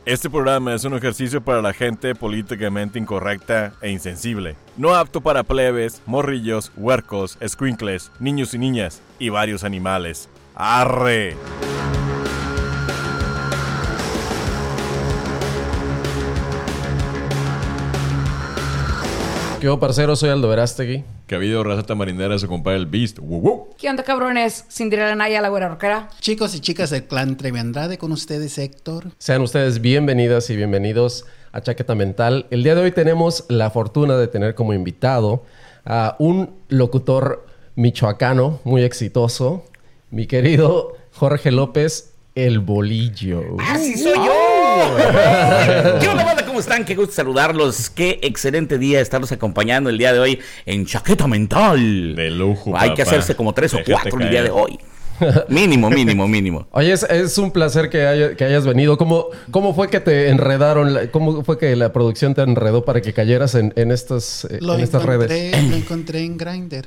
Este programa es un ejercicio para la gente políticamente incorrecta e insensible. No apto para plebes, morrillos, huercos, escuincles, niños y niñas y varios animales. ¡Arre! ¿Qué hubo, parcero? Soy Aldo Verástegui. Que ha habido raza tamarindera, su compadre el Beast. ¡Woo! ¿Qué onda, cabrones? Cinderella Naya, la güera rockera. Chicos y chicas del clan Trevi Andrade, con ustedes Héctor. Sean ustedes bienvenidas y bienvenidos a Chaqueta Mental. El día de hoy tenemos la fortuna de tener como invitado a un locutor michoacano muy exitoso, mi querido Jorge López, el Bolillo. ¡Así soy yo! ¿Qué onda, banda? ¿Cómo están? Qué gusto saludarlos. Qué excelente día estarlos acompañando el día de hoy en Chaqueta Mental. De lujo, Hay papá. que hacerse como 3 o Déjate 4 el día caer. de hoy. Mínimo. Oye, es un placer que hayas venido. ¿Cómo fue que te enredaron? ¿Cómo fue que la producción te enredó para que cayeras en estas redes? Lo encontré en Grindr.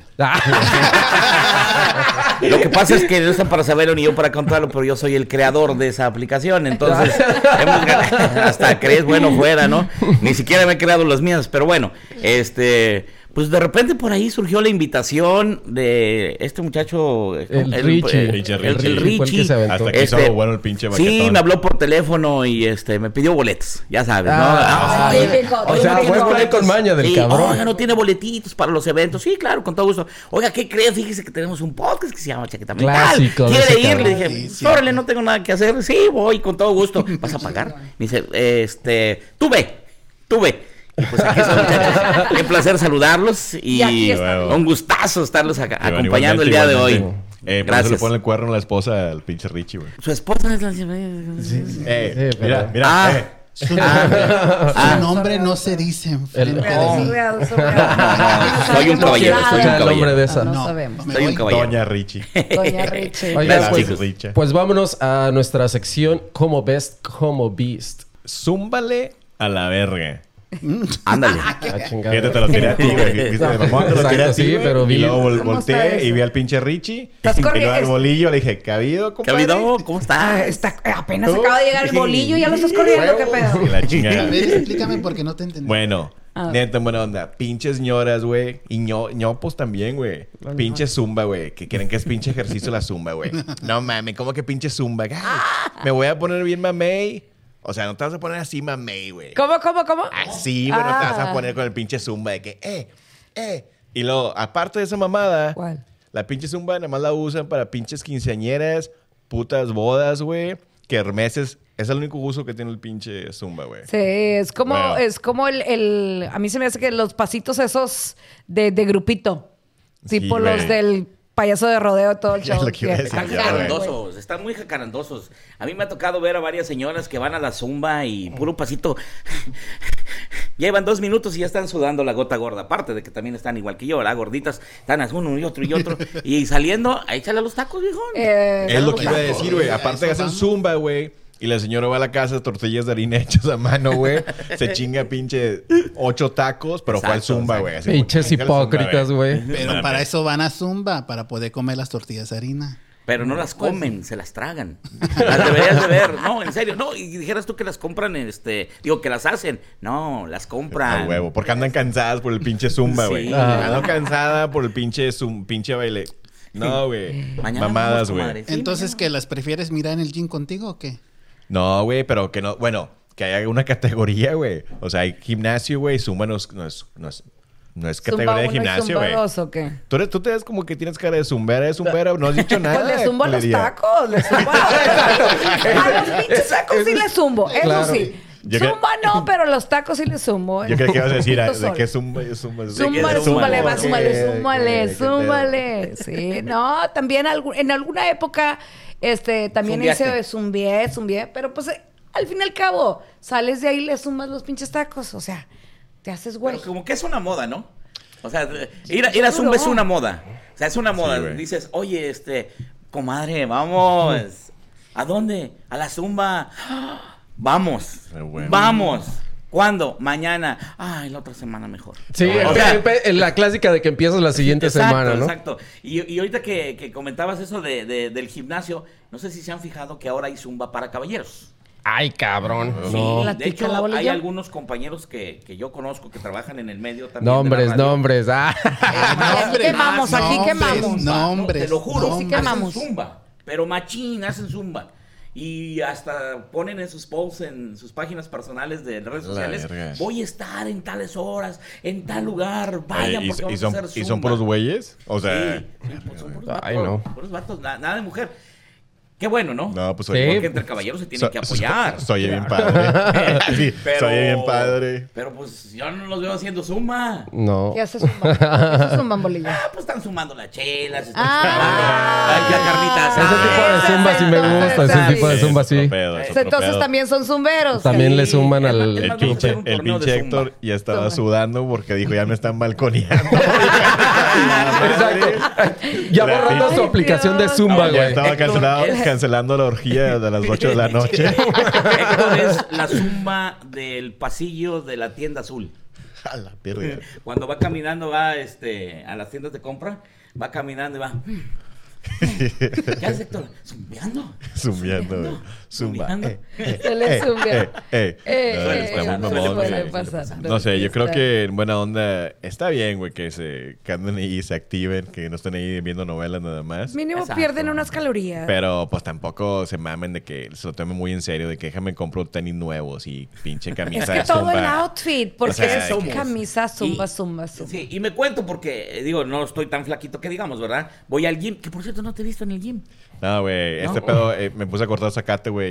Lo que pasa es que no están para saberlo ni yo para contarlo, pero yo soy el creador de esa aplicación. Entonces, hasta crees bueno fuera, ¿no? Ni siquiera me he creado las mías, pero bueno, pues de repente por ahí surgió la invitación de este muchacho, El Richie. el Fue el que se aventó. Hasta que hizo algo bueno el pinche Sí, baquetón. me habló por teléfono y me pidió boletos, ya sabes, ¿no? Típico, O sea, típico. fue con maña del Sí, cabrón. oiga, no tiene boletitos para los eventos. Sí, claro, con todo gusto. Oiga, ¿qué creen? Fíjese que tenemos un podcast que se llama Chaqueta Mental. Clásico de ese ¿Quiere ir? cabrón. Le dije, Sí. órale, no tengo nada que hacer. Sí, voy, con todo gusto. ¿Vas a pagar? Me dice, tú ve. Y pues aquí son, muchachos. Qué placer saludarlos Y aquí y estamos. un gustazo estarlos Igualmente, acompañando el día de hoy. igualmente. Por eso le Gracias. pone el cuerno a la esposa al pinche Richie, güey. Su esposa es la... Sí, Mira, Ah. Su nombre no se dice enfrente de mí. Soy un caballero, soy un Escucha el nombre caballero. de esa. No No, sabemos. me Soy un voy. caballero. Doña Richie. Doña Richie. Oiga, Gracias, pues, chicos. Richa. pues vámonos a nuestra sección Como Best, Como Beast. Zúmbale a la verga. Ándale. Ah, chingada. Fíjate, te lo tiré a ti, güey. Viste, de mamón, te lo tiré a Exacto, ti, sí, güey. pero Y vi- luego ¿Cómo está volteé eso? y vi al pinche Richie. Estás Y luego al corriendo. bolillo le dije, ¿cabido, ¿Qué ha compadre? habido? ¿Cómo estás? Apenas acaba de llegar el bolillo y ya lo estás corriendo, ¿qué Y pedo? la A chingada. ver, explícame porque no te entendí. Bueno, Ah. neta, buena onda. Pinches ñoras, güey. Y ñopos también, güey. Pinche zumba, güey. Que quieren que es pinche ejercicio la zumba, güey. No mames, ¿cómo que pinche zumba? Ay, me voy a poner bien mamey. O sea, no te vas a poner así mamey, güey. ¿Cómo? Así, güey. No te vas a Ah. poner con el pinche zumba de que, Y luego, aparte de esa mamada, ¿Cuál? la pinche zumba nada más la usan para pinches quinceañeras, putas bodas, güey. Kermeses. Es el único uso que tiene el pinche zumba, güey. Sí, es como, Bueno. a mí se me hace que los pasitos esos de grupito. Sí, Tipo güey. los del payaso de rodeo, todo el Ya show. lo que iba a decir Están yo, güey. jacarandosos, están muy jacarandosos. A mí me ha tocado ver a varias señoras que van a la zumba y puro pasito. Llevan 2 minutos y ya están sudando la gota gorda. Aparte de que también están igual que yo, las gorditas. Están uno y otro y otro. Y saliendo, échale a los tacos, viejón. Es lo que iba a Eso decir, güey. Aparte que hacen vamos. zumba, güey. Y la señora va a la casa, tortillas de harina hechas a mano, güey. Se chinga pinche 8 tacos, pero fue al Exacto, zumba, exacto. güey. Así como, Pinches chinga el zumba, hipócritas, güey. Pero Mames. para eso van a Zumba, para poder comer las tortillas de harina. Pero no las comen, se las tragan. Las deberías de ver. No, en serio. No, y dijeras tú que las compran, que las hacen. No, las compran. A huevo. Porque andan cansadas por el pinche zumba, güey. Sí. Andan cansada por el pinche pinche baile. No, güey. Mañana Mamadas, vamos, güey. comadre. Sí, Entonces, mañana. ¿que las prefieres mirar en el gym contigo o qué? No, güey, pero que no. Bueno, que haya una categoría, güey. O sea, hay gimnasio, güey. Zumba no es categoría de gimnasio, güey. ¿O qué? Tú te ves como que tienes cara de zumbera, no has dicho nada. Pues le zumbo a los culería. tacos, le zumbo a los pinches tacos sí le zumbo, eso Claro. sí. Yo creo- Zumba no, pero los tacos sí le zumbo. Yo creo que ibas a decir, Poquito ¿de sol. qué zumba? Zumba. Zúmbale, zumba? zúmbale, va, Ok, zúmbale, ok, zúmbale. Sí, no, también en alguna época, también hice zumbié, pero pues al fin y al cabo, sales de ahí y le zumbas los pinches tacos, o sea, te haces güey. Pero como que es una moda, ¿no? O sea, ir a zumba es una moda. O sea, es una moda. Sí, güey. Dices, oye, comadre, vamos. ¿A dónde? A la zumba. Vamos. Qué bueno. Vamos. ¿Cuándo? Mañana. Ay, la otra semana mejor. Sí, O sea, la clásica de que empiezas la siguiente semana, ¿no? Exacto. Y ahorita que comentabas eso del gimnasio, no sé si se han fijado que ahora hay zumba para caballeros. Ay, cabrón. Sí, No. de hecho, hay algunos compañeros que yo conozco que trabajan en el medio también. Nombres. Aquí quemamos. Nombres. Te lo juro. Sí quemamos. Hacen zumba, pero machín, hacen zumba. Y hasta ponen en sus posts, en sus páginas personales de redes sociales, voy a estar en tales horas, en tal lugar, vayan porque vamos a hacer zumba. ¿Y son puros güeyes? O sea... Sí, pues son puros vatos, puros vatos, nada de mujer. Qué bueno, ¿no? No, pues porque entre caballeros se tienen que apoyar. Soy bien padre. Sí, soy bien padre. Pero pues yo no los veo haciendo zumba. No. ¿Qué hace zumba? ¿Qué hace zumba, Bolillo? Pues están sumando las chelas, están sumando la carnita asada. Ese tipo de zumba sí me gusta. Ese tipo de zumba sí. Entonces también son zumberos. También le suman al... El pinche Héctor ya estaba sudando porque dijo, ya me están balconeando. Ya borrando su aplicación de zumba, güey. Estaba cancelando la orgía de las 8 de la noche. Héctor es la zumba del pasillo de la tienda azul. A la perra. Cuando va caminando, va a las tiendas de compra, va caminando y va... ¿Qué haces, Héctor? ¿Zumbeando? Zumbeando. Zumba. Se le zumbea. Está muy mamón, güey. No sé, yo creo que en buena onda está bien, güey, que anden ahí y se activen, que no estén ahí viendo novelas nada más. Mínimo pierden unas calorías. Pero pues tampoco se mamen de que se lo tomen muy en serio, de que déjame compro tenis nuevos y pinche camisa de zumba. Es que todo el zumba. Outfit, porque es camisa zumba. Sí, y me cuento porque, digo, no estoy tan flaquito que digamos, ¿verdad? Voy al gym, que por cierto no te he visto en el gym. No, güey, este pedo, me puse a cortar zacate, güey.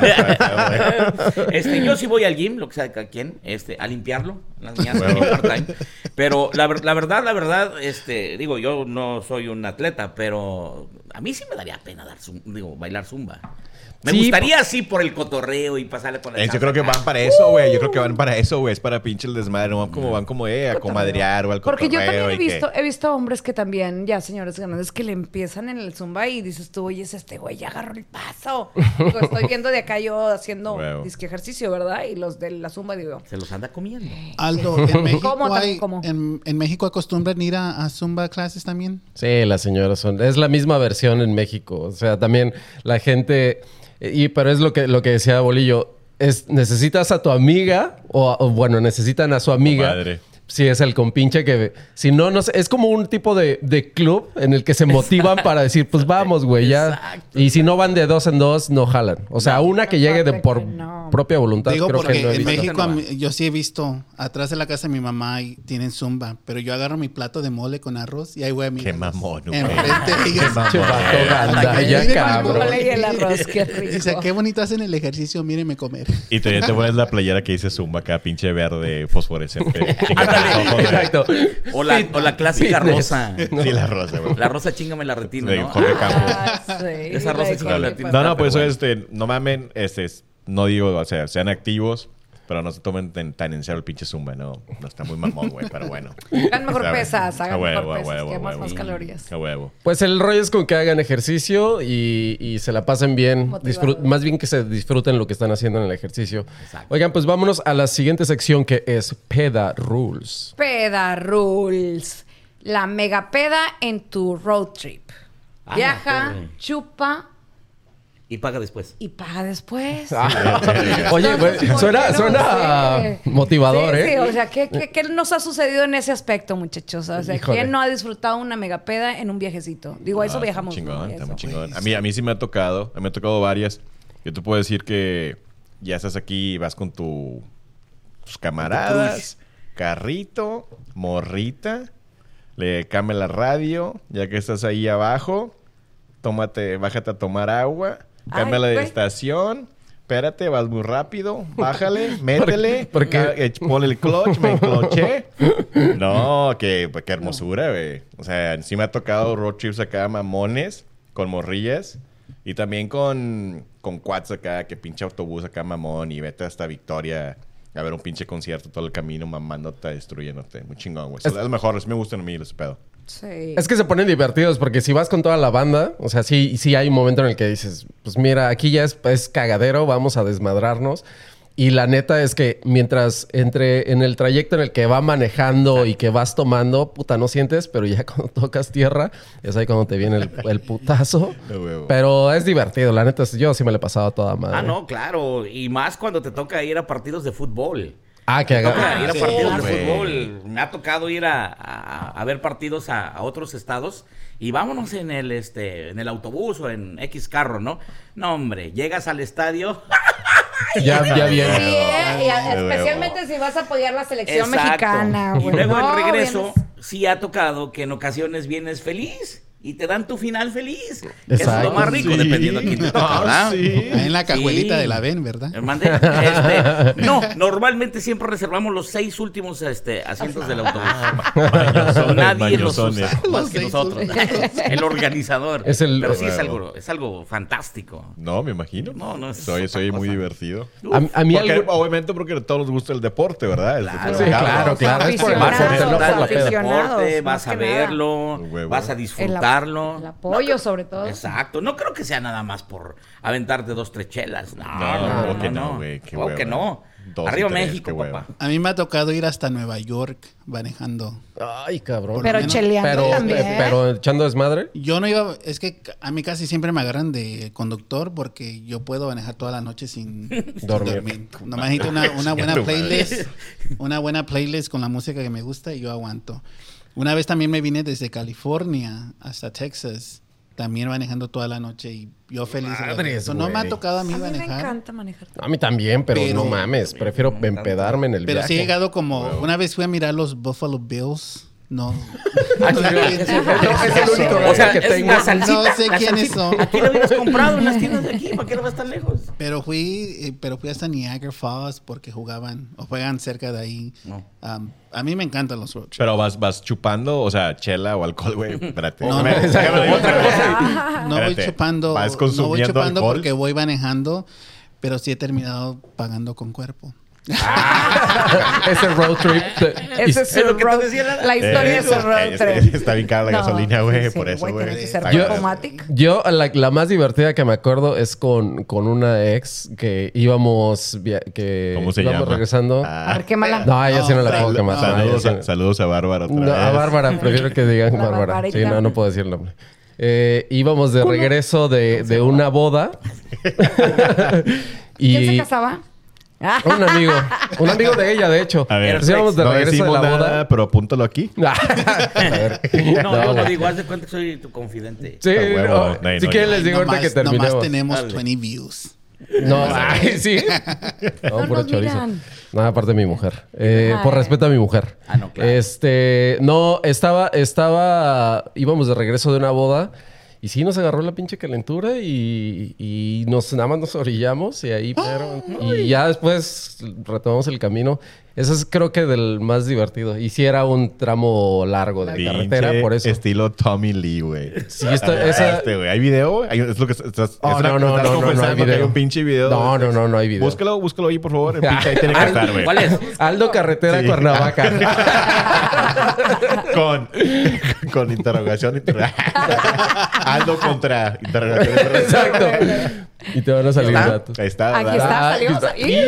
Yo sí voy al gym, lo que sea de cada quien, a limpiarlo, las mañanas part-time. Pero la verdad, digo, yo no soy un atleta, pero a mí sí me daría pena bailar zumba. Me gustaría así por el cotorreo y pasarle con la Yo creo que van para eso, güey. Yo creo que van para eso, güey. Es para pinche el desmadre. No van como a comadrear o al cotorreo. Porque yo también he visto hombres que también, ya señores grandes, que le empiezan en el zumba y dices tú, oye, este güey ya agarró el paso. Digo, estoy viendo de acá yo haciendo disque ejercicio, ¿verdad? Y los de la zumba, digo... Se los anda comiendo. Aldo, ¿en México en México acostumbran ir a zumba clases también? Sí, las señoras es la misma versión en México. O sea, también la gente... pero es lo que decía Bolillo. Necesitas a tu amiga, o necesitan a su amiga. Madre. Sí, es el compinche que... Si no, no sé. Es como un tipo de club en el que se motivan para decir, pues vamos, güey, ya. Exacto. Y si no van de 2 en 2, no jalan. O sea, una que llegue por propia voluntad. Digo, creo porque que no he en visto. México yo sí he visto atrás de la casa de mi mamá y tienen zumba. Pero yo agarro mi plato de mole con arroz y ahí voy a mi... Qué mamón, güey. Enfrente de ellos. Qué mamón. Ya, cabrón. Mole y el arroz, qué rico. Dice, qué bonito hacen el ejercicio, mírenme comer. Y todavía te pones la playera que dice zumba acá, pinche verde fosforescente. Exacto. O la clásica rosa. Sí, la rosa, güey. La rosa chingame la retina, ¿no? Jorge Campos. Esa rosa chingame la retina. No, pues no mamen, no digo, o sea, sean activos, pero no se tomen tan en serio el pinche zumba, no está muy mamón, güey, pero bueno. Hagan mejor pesas, quemamos más calorías. A huevo. Pues el rollo es con que hagan ejercicio y se la pasen bien, más bien que se disfruten lo que están haciendo en el ejercicio. Exacto. Oigan, pues vámonos a la siguiente sección que es Peda Rules. Peda Rules. La mega peda en tu road trip. Viaja, chupa... Y paga después. Oye, suena motivador, sí, ¿eh? Sí, o sea, ¿qué nos ha sucedido en ese aspecto, muchachos? O sea, ¿quién no ha disfrutado una megapeda en un viajecito? Digo, a eso viajamos. Está muy chingón. A mí sí me ha tocado varias. Yo te puedo decir que ya estás aquí y vas con tus camaradas, carrito, morrita, le cambia la radio, ya que estás ahí abajo, bájate a tomar agua. Cámbiala de estación. Espérate, vas muy rápido. Bájale, métele. Ponle el clutch, me encloché. No, qué hermosura, güey. O sea, sí me ha tocado road trips acá, mamones, con morrillas. Y también con quads acá, que pinche autobús acá, mamón. Y vete hasta Victoria a ver un pinche concierto todo el camino, mamándote, destruyéndote. Muy chingón, güey. Es lo mejor. Me gustan a mí los pedos. Sí. Es que se ponen divertidos porque si vas con toda la banda, o sea, sí hay un momento en el que dices, pues mira, aquí ya es cagadero, vamos a desmadrarnos. Y la neta es que mientras en el trayecto en el que va manejando y que vas tomando, puta, no sientes, pero ya cuando tocas tierra, es ahí cuando te viene el putazo. Pero es divertido, la neta, yo sí me le he pasado a toda madre. Ah, no, claro. Y más cuando te toca ir a partidos de fútbol. Ah, que haga. Ir a partidos de fútbol. Me ha tocado ir a ver partidos a otros estados y vámonos en el autobús o en X carro, ¿no? No, hombre, llegas al estadio. Ya bien. Sí, y especialmente si vas a apoyar la selección mexicana, güey. Y luego al regreso, sí ha tocado que en ocasiones vienes feliz. Y te dan tu final feliz. Exacto. Eso es lo más rico, dependiendo a quién te toca, ¿verdad? Sí. En la cajuelita de la VEN, ¿verdad? No, normalmente siempre reservamos los 6 últimos asientos del autobús. Nadie los usa, más que nosotros. El organizador. Pero sí es algo fantástico. No, me imagino. No, soy muy divertido. A mí obviamente porque a todos nos gusta el deporte, ¿verdad? Claro. Es por el deporte, no por la peda. Vas a verlo, vas a disfrutar. El apoyo, sobre todo. Exacto. No creo que sea nada más por aventarte 2, 3 chelas. No, güey. Claro que no. Arriba México, papá. A mí me ha tocado ir hasta Nueva York manejando. Ay, cabrón. Pero cheleando también. Pero echando desmadre. Yo no iba... Es que a mí casi siempre me agarran de conductor porque yo puedo manejar toda la noche sin dormir. Nomás necesito una buena playlist. Una buena playlist con la música que me gusta y yo aguanto. Una vez también me vine desde California hasta Texas, también manejando toda la noche y yo feliz. No me ha tocado a mí manejar. Me encanta manejar. A mí también, pero no mames, prefiero empedarme en el viaje. Pero sí he llegado como... Una vez fui a mirar los Buffalo Bills. No. Es el único que tengo. No sé quiénes son. Aquí lo hubieras comprado en las tiendas de aquí. ¿Para qué no vas tan lejos? Pero fui hasta Niagara Falls porque juegan cerca de ahí. No. A mí me encantan los road trips. Pero vas chupando, o sea, chela o alcohol, güey. Espérate. No, otra cosa. No voy chupando. Vas consumiendo alcohol porque voy manejando, pero sí he terminado pagando con cuerpo. Ese road trip. Ese es lo que te decía. La historia es el road trip. Está bien cara la gasolina, güey. Por eso, güey. Yo, la más divertida que me acuerdo es con una ex que íbamos... ¿Cómo se llama? Regresando. A ver, quémala. No, ella sí no la puedo quemar. Saludos a Bárbara otra vez. A Bárbara, prefiero que digan Bárbara. Sí, no puedo decir el nombre. Íbamos de regreso de una boda. ¿Quién se casaba? Un amigo de ella, de hecho. A ver, íbamos de regreso de la boda. Nada, pero apúntalo aquí. A ver. Yo lo digo, haz de cuenta que soy tu confidente. Sí, si quieren les digo ahorita que terminemos. Nomás tenemos 20 views. No, sí. No, puro chorizo. No, aparte de mi mujer. Por respeto a mi mujer. No, claro. Íbamos de regreso de una boda. Y sí nos agarró la pinche calentura y nada más nos orillamos y ahí, y ya después retomamos el camino. Eso es creo que del más divertido. Y sí era un tramo largo de carretera, por eso. Estilo Tommy Lee, güey. Sí, güey. ¿Hay video? Es lo que estás no hay video. Hay un pinche video. No hay video. Búscalo ahí, por favor. El pinche ahí tiene que estar, güey. ¿Cuál es? Aldo Carretera Cuernavaca. Con interrogación. Aldo contra interrogación. Exacto. Y te van a salir datos. Ahí está. Aquí está, salió.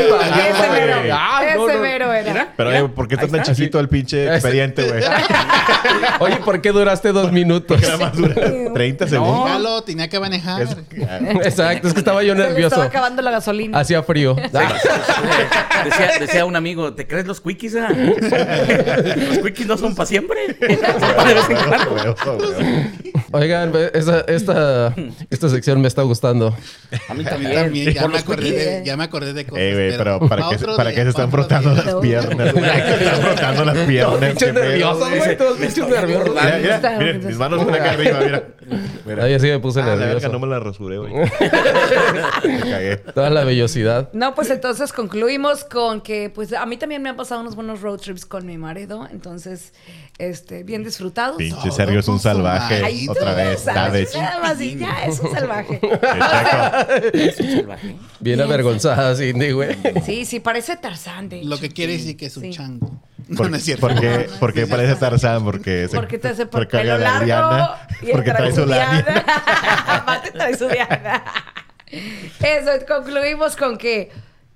Ese mero era. Pero, ¿por qué está tan chiquito el pinche expediente, güey? Oye, ¿por qué duraste 2 minutos? Nada más dura 30 segundos. No, tenía que manejar. Exacto, es que estaba yo nervioso. Estaba acabando la gasolina. Hacía frío. Decía un amigo, ¿te crees los quickies? Los quickies no son para siempre. Son para de vez en cuando. Oigan, esta sección me está gustando. A mí también. Ya me acordé de cosas. Güey, pero ¿para qué se están frotando las piernas? Se están frotando las piernas. Pinches nerviosos, güey. Todos pinches nerviosos. Miren, mis manos están acá arriba, mira. Ahí así me puse nervioso. No me la rasuré, güey. Me cagué. Toda la vellosidad. No, pues entonces concluimos con que, pues a mí también me han pasado unos buenos road trips con mi marido. Entonces, bien disfrutados. Pinche Sergio es un salvaje. Ay, otra vez. Nada más y ya es un salvaje. Es un salvaje. Bien avergonzada, Cindy, güey. Sí, parece Tarzán, de hecho. Lo que quiere decir que es un chango. No es cierto. ¿Por qué parece Tarzán? Porque te hace por pelo largo y porque trae su lana. Aparte trae su diana. Eso, concluimos con que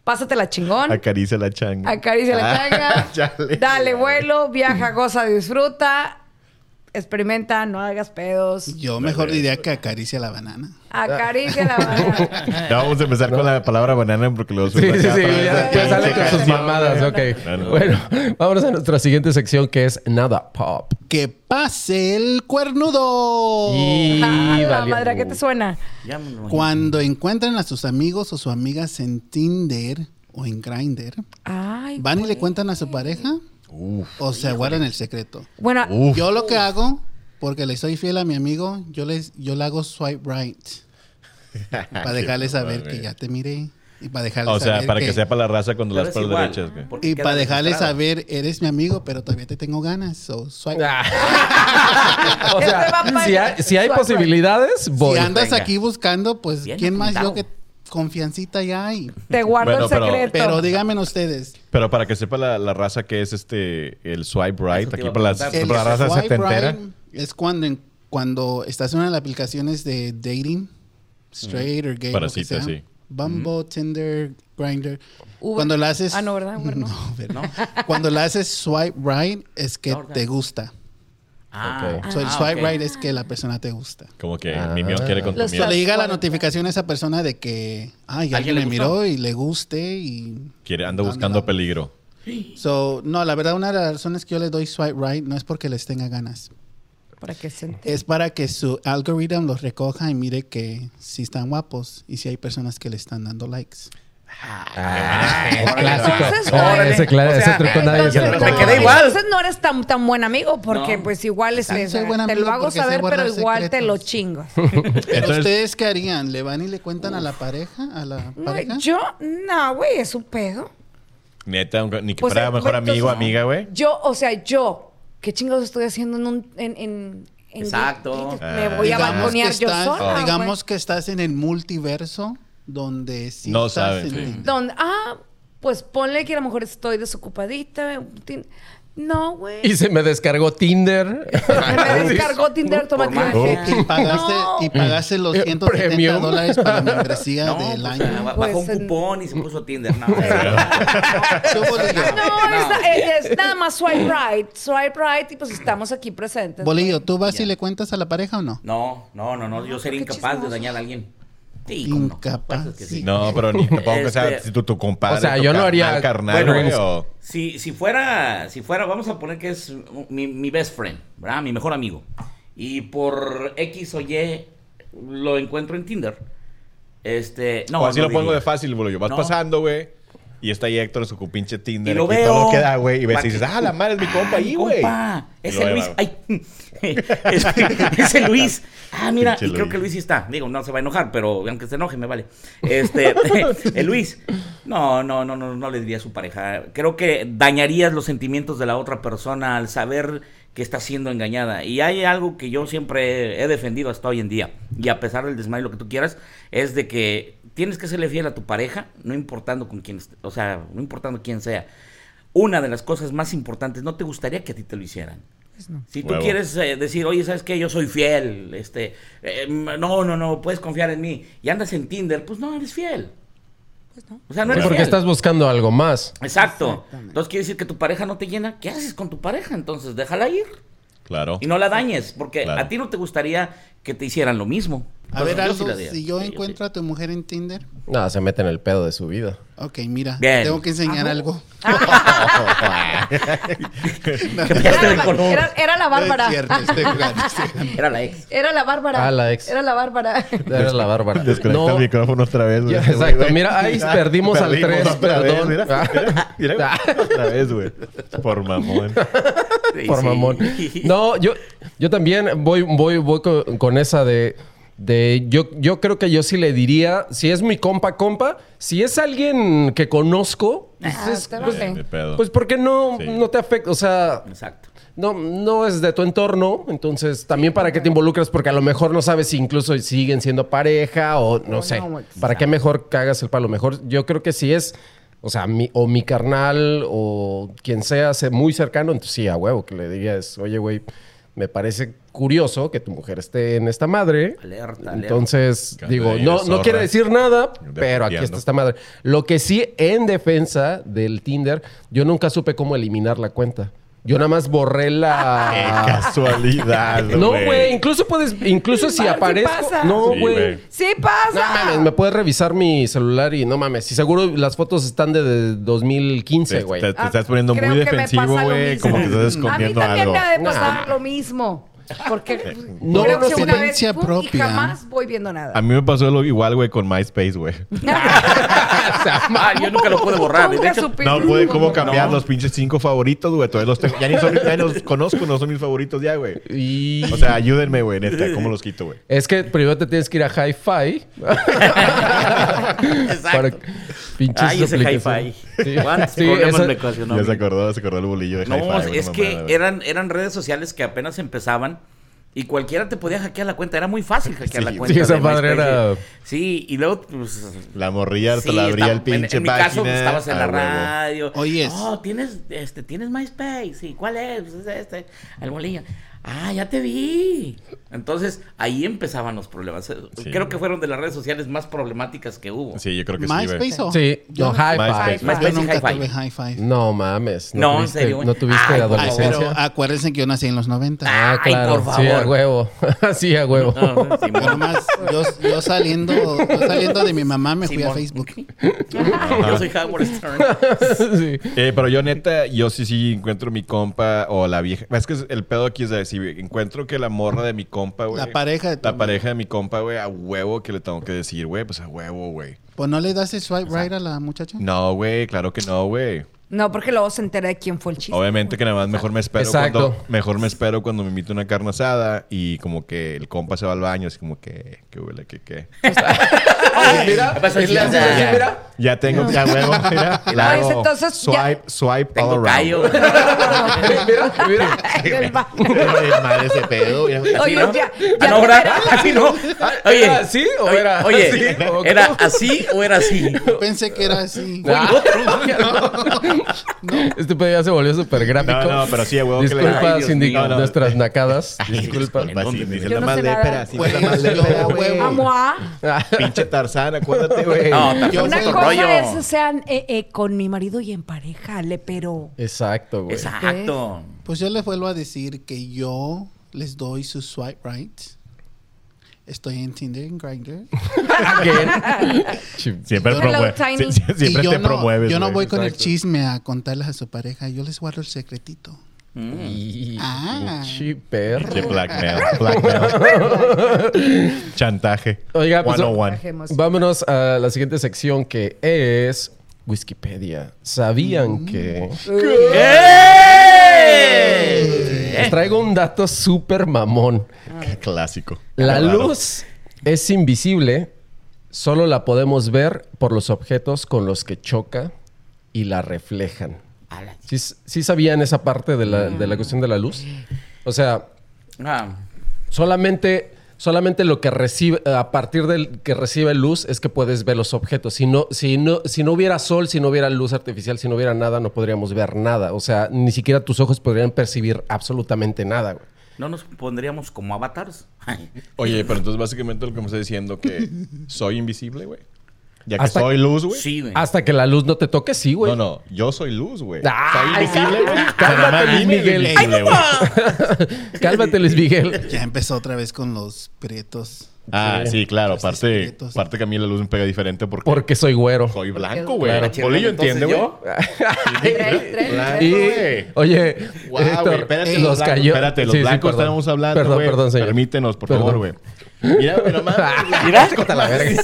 Pásatela chingón. Acaricia la changa. Acaricia la changa. Dale vuelo, viaja, goza, disfruta. Experimenta, no hagas pedos. Yo mejor diría que acaricia la banana. Acaricia la banana. Ya vamos a empezar con la palabra banana porque luego Sí, ya sale con sus mamadas. Ok. Bueno, vámonos a nuestra siguiente sección que es Nada Pop. ¡Que pase el cuernudo! Y La madre, ¿a qué te suena? Cuando encuentran a sus amigos o sus amigas en Tinder o en Grindr, Ay, ¿van y le cuentan a su pareja? O se guardan el secreto. Bueno, Yo lo que hago, porque le soy fiel a mi amigo, yo le hago swipe right. Para dejarle saber que ya te miré. Y para dejarle O sea, saber para que sepa la raza cuando las por derechas, güey. Y para dejarle saber, eres mi amigo, pero todavía te tengo ganas. So, swipe. O sea, si hay posibilidades, voy. Si andas Venga. aquí buscando, pues, Bien ¿quién más apuntado. yo que confiancita ya hay? te guardo Bueno, el secreto. Pero díganme ustedes. Pero para que sepa la raza que es el swipe right, Eso te aquí iba a para preguntar. para la raza swipe setentera. right es cuando estás en una de las aplicaciones de dating, straight or gay, Para lo que citas, sea. sí. Bumble, Tinder, Grindr. Uber. Cuando lo haces... Ah, no, ¿verdad? Uber no. ¿verdad? Cuando lo haces swipe right es que No, te gusta. Ok. So, el swipe right es que la persona te gusta. Como que mi mío quiere con tu Los mío. Que le llega la Bueno. notificación a esa persona de que alguien ¿Alguien me le gustó? miró y le guste y... Anda buscando peligro. So, no, la verdad, una de las razones que yo le doy swipe right no es porque les tenga ganas. Para que se entere. Es para que su algoritmo los recoja y mire que si están guapos y si hay personas que le están dando likes. Clásico. Entonces, Ese truco nadie se lo me toma. quedé igual. Entonces no eres tan buen amigo porque No. pues igual soy buen te amigo lo hago porque sé saber, guardar pero igual te secretos. lo chingo. Pero Entonces- ustedes qué harían? ¿Le van y le cuentan a la pareja? ¿A la pareja? Yo, no, güey, es un pedo. Neta, ni que Pues, fuera mejor entonces, amigo, amiga, güey. Yo, ¿qué chingados estoy haciendo en Exacto. Me voy a balconear yo sola, digamos que estás en el multiverso donde sí No estás saben, en sí. Tinder. donde, pues ponle que a lo mejor estoy desocupadita. No, güey. Y se me descargó Tinder. Me descargó Tinder automáticamente. Y pagaste los $170 Premium. para la membresía No, del pues, año. bajó Pues, un cupón y se puso Tinder. No, Es nada más swipe right y pues estamos aquí presentes. Bolillo, ¿tú vas y le cuentas a la pareja o no? no. Yo sería qué incapaz de chismoso. dañar a alguien. Sí, cómo no. Incapaz, Pues es que sí. No, pero ni tampoco, o sea, Este- si tu compadre. O sea, tu yo no carnal, haría- carnal, Bueno, güey, o... Si fuera, vamos a poner que es mi best friend, ¿verdad? Mi mejor amigo. Y por X o Y lo encuentro en Tinder. No, o así no lo pongo diría. de fácil, boludo. Vas No. pasando, güey. Y está ahí Héctor en su pinche Tinder. Y lo aquí, veo. todo lo que da, güey. Y ves y Pa' dices, que- la madre es mi compa ahí, güey. Compa, Y ese lo Luis. va. Ay, ese Luis. Mira, Pinche y creo Luis. que Luis sí está. Digo, no se va a enojar, pero aunque se enoje, me vale. El Luis. No le diría a su pareja. Creo que dañarías los sentimientos de la otra persona al saber que está siendo engañada. Y hay algo que yo siempre he defendido hasta hoy en día. Y a pesar del desmayo, lo que tú quieras, es de que tienes que serle fiel a tu pareja, no importando con quién, o sea, no importando quién sea. Una de las cosas más importantes, no te gustaría que a ti te lo hicieran. Si tú Huevo. quieres decir, oye, ¿sabes qué? Yo soy fiel, no, puedes confiar en mí. Y andas en Tinder, pues no eres fiel. O sea, no eres Porque fiel. estás buscando algo más. Exacto. Entonces quiere decir que tu pareja no te llena. ¿Qué haces con tu pareja? Entonces déjala ir. Claro. Y no la dañes, porque Claro. a ti no te gustaría que te hicieran lo mismo. A ver, Entonces, Aldo, sí la diría. si yo Sí, encuentro a tu mujer en Tinder, No, se mete en el pedo de su vida. ok, mira, Bien. tengo que enseñar algo. Era la Bárbara. No es cierto, estoy jugando. Era la ex. Era la Bárbara. Ah, la ex. Era la Bárbara. Era la Bárbara. Desconecta el micrófono otra vez, güey. Ya, exacto. Mira, ahí perdimos al 3, otra vez, perdón. Mira, otra vez, güey. Por mamón. Sí, Por sí. mamón. No, yo también voy con esa de yo creo que yo sí le diría, si es mi compa, si es alguien que conozco, Te vale. De pedo. pues ¿por qué no, Sí. no te afecta? O sea, Exacto. no es de tu entorno, entonces también para qué te involucras, porque a lo mejor no sabes si incluso siguen siendo pareja o no sé. ¿Para qué mejor cagas el palo? Mejor yo creo que si es, o sea, mi carnal o quien sea muy cercano, entonces sí, a huevo, que le digas, oye, güey, me parece curioso que tu mujer esté en esta madre. Alerta. Entonces, digo, Ahí, no zorra. quiere decir nada, pero aquí Defendiendo. está esta madre. Lo que sí, en defensa del Tinder, yo nunca supe cómo eliminar la cuenta. Yo nada más borré Qué la... casualidad, No, güey, incluso si Sí aparezco... pasa. No, Sí, güey. güey. Sí No pasa. mames, me puedes revisar mi celular y no mames. Y seguro las fotos están de 2015, güey. Te estás poniendo Creo muy que me defensivo, pasa lo güey. mismo. Como que estás A mí escondiendo también algo. me ha de pasar Nah. lo mismo. Porque No, creo que no, una vez experiencia pum, y propia. jamás voy viendo nada. A mí me pasó lo igual, güey, con MySpace, güey. Yo nunca lo pude borrar. De Nunca hecho, supe No pude cómo cómo. cambiar No. los pinches 5 favoritos, güey. Todavía los tengo. Ya ni los conozco, no son mis favoritos ya, güey. Y... O sea, ayúdenme, güey, neta. ¿Cómo los quito, güey? Es que primero te tienes que ir a Hi-Fi. Para pinches Ay, ese aplicaciones. hi-fi. Sí. ¿Cuántos Sí, problemas eso- me ocasionó? Ya se acordó el bolillo de No, Hi-Fi, es que eran redes sociales que apenas empezaban y cualquiera te podía hackear la cuenta. Era muy fácil hackear Sí, la sí, cuenta. esa de madre MySpace. era- Sí, y luego, pues... La morrilla sí, te la abría el en pinche mi caso, página. estabas en la Ah, huevo. radio. Oyes. Oh, ¿tienes MySpace? Sí, ¿cuál es? Pues es el bolillo. Ah, ya te vi. Entonces, ahí empezaban los problemas. Sí. Creo que fueron de las redes sociales más problemáticas que hubo. Sí, yo creo que sí, güey. ¿MySpace o? Sí, Yo, no, Hi-Fi. MySpace. yo MySpace y nunca Hi-Fi. tuve Hi-Fi. No mames. No, en serio, güey. ¿No tuviste Ay, adolescencia? Pero acuérdense que yo nací en los 90. Ah, Ay, claro. por Sí, a favor. huevo. Sí, a huevo. No, Simón. Pero nomás, yo saliendo de mi mamá me fui a Simón. Facebook. Yo soy Howard Stern. Sí. Pero yo neta, yo sí encuentro mi compa o la vieja. Es que el pedo aquí es de si encuentro que la morra de mi compa, güey. La pareja de tu La pareja de mi compa, güey, a huevo que le tengo que decir, güey, pues a huevo, güey. Pues no le das el swipe right a la muchacha. No, güey, claro que no, güey. No, porque luego se entera de quién fue el chiste. Obviamente que nada más mejor me espero Exacto. cuando me invito a una carne asada y como que el compa se va al baño, así como que huele, que. Mira, ¿Qué pasó, le haces Gilda? así, mira. Ya tengo, ya huevo, mira. Le Ah, hago entonces ya- swipe Tengo all callo. around. Mira. Del ba- Es mal ese pedo, mira. Oye, ¿no? ya Ah, no, te ¿verdad? verás. Así no. Oye, ¿Era así o era oye, así? ¿O ¿era cómo? así o era así? Yo pensé que era así. Este pedo ya se volvió súper gráfico. No, pero sí, a huevo que le- Disculpa, Ay, Dios Cindy, mío. No. nuestras nacadas. Disculpa. ¿En dónde? Dice Yo la no más sé nada. lépera, sí, Pues, la más lépera, yo, güey. Amo a- Pinche Tarzán, acuérdate, güey. No, Tarzán Yo es Una otro cosa rollo. es, o sea, con mi marido y en pareja, pero... Exacto, güey. Exacto. Pues yo les vuelvo a decir que yo les doy su swipe right. Estoy en Tinder, en Grindr. Siempre Yo- promueve. Tiny. Siempre Y yo te no, promueves. yo no voy güey. con el Exacto. chisme a contarles a su pareja. Yo les guardo el secretito. Y... Ah. Pinche perro. De blackmail. Chantaje. Oiga, pues 101. Bajemos. vámonos a la siguiente sección que es Wikipedia. ¿Sabían que...? Les traigo un dato súper mamón. Clásico. La Claro. luz es invisible, solo la podemos ver por los objetos con los que choca y la reflejan. ¿Sí sabían esa parte de la cuestión de la luz? O sea, Ah, solamente lo que recibe, a partir del que recibe luz es que puedes ver los objetos. Si no hubiera sol, si no hubiera luz artificial, si no hubiera nada, no podríamos ver nada. O sea, ni siquiera tus ojos podrían percibir absolutamente nada, güey. ¿no nos pondríamos como avatars? Oye, pero entonces básicamente lo que me está diciendo que soy invisible, güey. Ya que Hasta- soy luz, güey. Sí, güey. Hasta que la luz no te toque, sí, güey. No, yo soy luz, güey. Ay, Soy invisible, güey. cálmate, Nada más Luis dime Miguel. invisible, güey. Cálmate, Luis Miguel. Ya empezó otra vez con los prietos. Ah, sí, claro. Los Aparte espíritus. que a mí la luz me pega diferente porque Porque soy güero. soy blanco, Porque- güey. Claro. Bolillo Entonces, entiende, güey. yo- Blanco, Y, güey. oye, Wow, Héctor, güey, espérate, los los blancos, cayó. espérate, los Sí, sí, blancos perdón. estábamos hablando, Perdón, güey. perdón, señor. Permítenos, por Perdón. favor, güey. Mira, güey, nomás. Mira. Cóta la verga.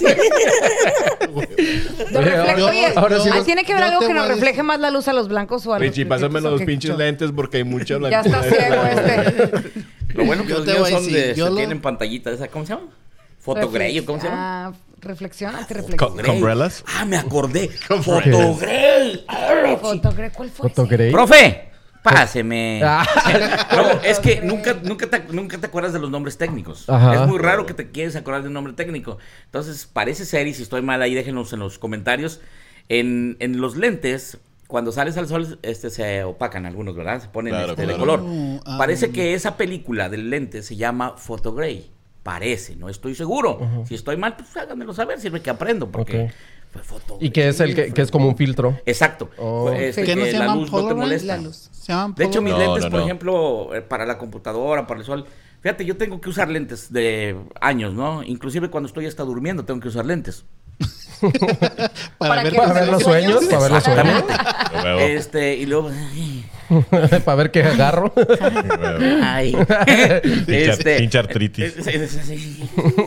Nos refleja- yo- oye, ahora sí ah, los- tiene que haber yo algo te que voy nos a decir- refleje más la luz a los blancos o a los Richie, pásame prietos, ¿o los qué pinches chucho? lentes porque hay mucha Ya blanquita. está ciego este. Lo bueno que Yo los te míos voy a son decir, de... yo se lo- tienen pantallita esa, ¿cómo se llama? Fotogrey, ¿o ¿cómo se llama? Ah, reflexión, antirreflexión. Con umbrellas. Ah, me acordé. Fotogrey. Fotogrey. Fotogre, ¿cuál fue? ese? Fotogrey. Profe, páseme. Ah. No, es que nunca te acuerdas de los nombres técnicos. Ajá. Es muy raro que te quieres acordar de un nombre técnico. Entonces, parece ser, y si estoy mal ahí, déjenos en los comentarios. En los lentes, cuando sales al sol, se opacan algunos, ¿verdad? Se ponen Claro, de claro. color. Parece que esa película del lente se llama Photogray. Parece, no estoy seguro. Si estoy mal, pues háganmelo saber, sirve que aprendo, porque fue Photogray. ¿Y qué es el que es como un filtro? Exacto. ¿Qué no que se la llaman luz no te Polaroid? molesta. La luz. Se llaman De hecho, mis Polaroid. lentes, No, por no. ejemplo, para la computadora, para el sol. Fíjate, yo tengo que usar lentes de años, ¿no? Inclusive cuando estoy hasta durmiendo tengo que usar lentes. Para que Para ver los sueños, para ver los sueños. A huevo. Y luego... Para ver qué agarro. A huevo. Ay. Pinche artritis. Sí.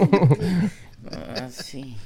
Sí.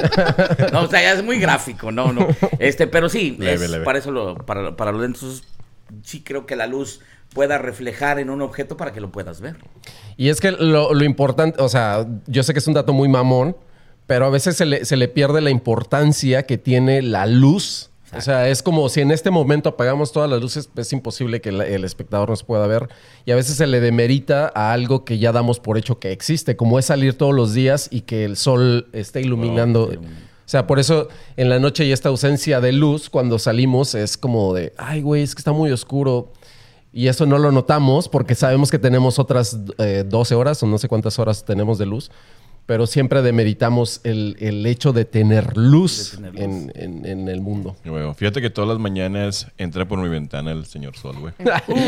No, o sea, ya es muy gráfico, no. Pero sí, Leve. para eso para los lentes, sí creo que la luz pueda reflejar en un objeto para que lo puedas ver. Y es que lo importante, o sea, yo sé que es un dato muy mamón, pero a veces se le pierde la importancia que tiene la luz. Exacto. O sea, es como si en este momento apagamos todas las luces, es imposible que el espectador nos pueda ver. Y a veces se le demerita a algo que ya damos por hecho que existe, como es salir todos los días y que el sol esté iluminando. O sea, por eso en la noche y esta ausencia de luz, cuando salimos, es como de, ay, güey, es que está muy oscuro. Y eso no lo notamos porque sabemos que tenemos otras 12 horas o no sé cuántas horas tenemos de luz. Pero siempre demeritamos el hecho de tener luz, en el mundo. Bueno, fíjate que todas las mañanas entra por mi ventana el señor sol, güey.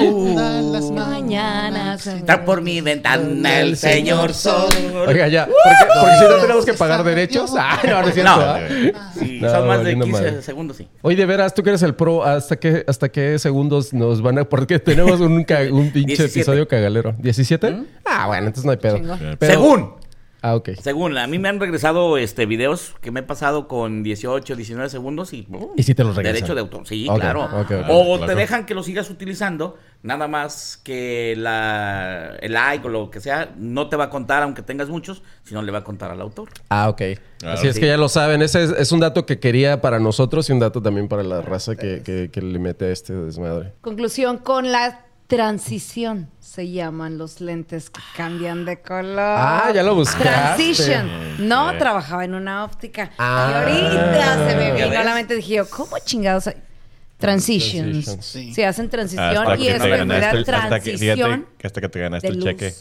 Las mañanas. Está por mi ventana el señor sol. Oiga, ya. Porque si no tenemos que pagar derechos. Ah, no es cierto. No. Sí, No, son más de valiendo 15 madre. segundos, sí. Oye, de veras, tú que eres el pro, ¿hasta qué segundos nos van a...? Porque tenemos un pinche 17. episodio cagalero. ¿17? Ah, bueno, entonces no hay pedo. Chingón. Pero- Según. Ah, ok. Según, a mí me han regresado videos que me he pasado con 18, 19 segundos y... ¿Y si te los regresan? Derecho de autor, sí, Ok, claro. ok. O Claro. te dejan que lo sigas utilizando, nada más que el like o lo que sea, no te va a contar aunque tengas muchos, sino le va a contar al autor. Ah, ok. Ah, Así es sí. que ya lo saben. Ese es un dato que quería para nosotros y un dato también para la raza que le mete a este desmadre. Conclusión, con la transición se llaman los lentes que cambian de color. Ah, ya lo buscaste. Transition. No, Sí. trabajaba en una óptica. Ah. Y ahorita se me ¿Ya vino a ves? la mente y dije yo, ¿cómo chingados hay? Transitions. Transitions. Sí. Se hacen transición Hasta y que es te la ganaste primera hasta que, transición. fíjate, que hasta que te ganaste de el luz. cheque.